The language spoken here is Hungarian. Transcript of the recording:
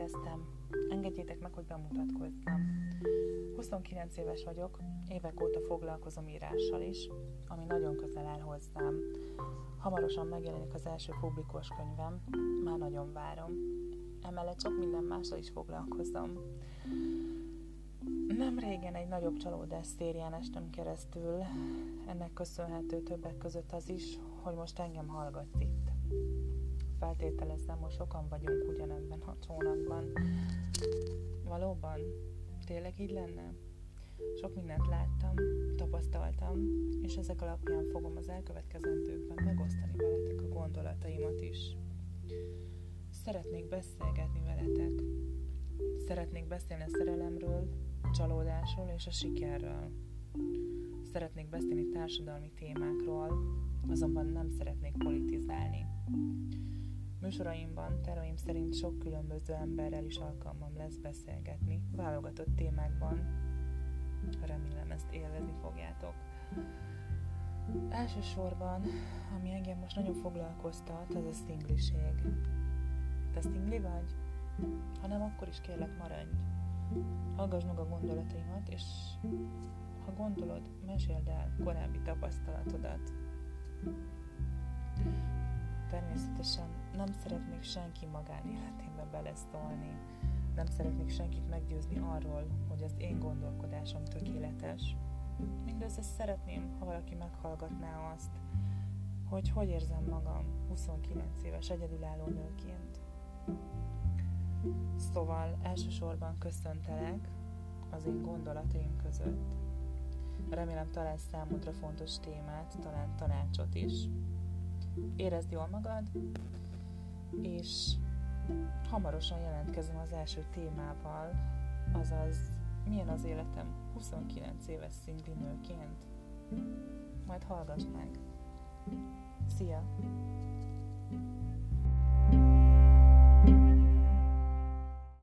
jelentkeztem. Engedjétek meg, hogy bemutatkozzam. 29 éves vagyok, évek óta foglalkozom írással is, ami nagyon közel áll hozzám. Hamarosan megjelenik az első publikus könyvem, már nagyon várom. Emellett sok minden mással is foglalkozom. Nem régen egy nagyobb csalódás szérián estem keresztül, ennek köszönhető többek között az is, hogy most engem hallgatsz itt. Feltételezem, hogy sokan vagyunk ugyanebben a csónakban. Valóban? Tényleg így lenne? Sok mindent láttam, tapasztaltam, és ezek alapján fogom az elkövetkezendőkben megosztani veletek a gondolataimat is. Szeretnék beszélgetni veletek. Szeretnék beszélni a szerelemről, a csalódásról és a sikerről. Szeretnék beszélni társadalmi témákról, azonban nem szeretnék politizálni. Műsoraimban terveim szerint sok különböző emberrel is alkalmam lesz beszélgetni, válogatott témákban. Remélem, ezt élvezni fogjátok. Elsősorban, ami engem most nagyon foglalkoztat, az a szingliség. Te szingli vagy? Ha nem, akkor is kérlek, maradj. Hallgass meg a gondolataimat, és ha gondolod, meséld el korábbi tapasztalatodat. Természetesen nem szeretnék senki magánéletébe beleszólni. Nem szeretnék senkit meggyőzni arról, hogy az én gondolkodásom tökéletes. Mindössze szeretném, ha valaki meghallgatná azt, hogy érzem magam 29 éves egyedülálló nőként. Szóval elsősorban köszöntelek az én gondolataim között. Remélem találsz számodra fontos témát, talán tanácsot is. Érezd jól magad, és hamarosan jelentkezem az első témával, azaz milyen az életem 29 éves szingli nőként. Majd hallgass meg. Szia!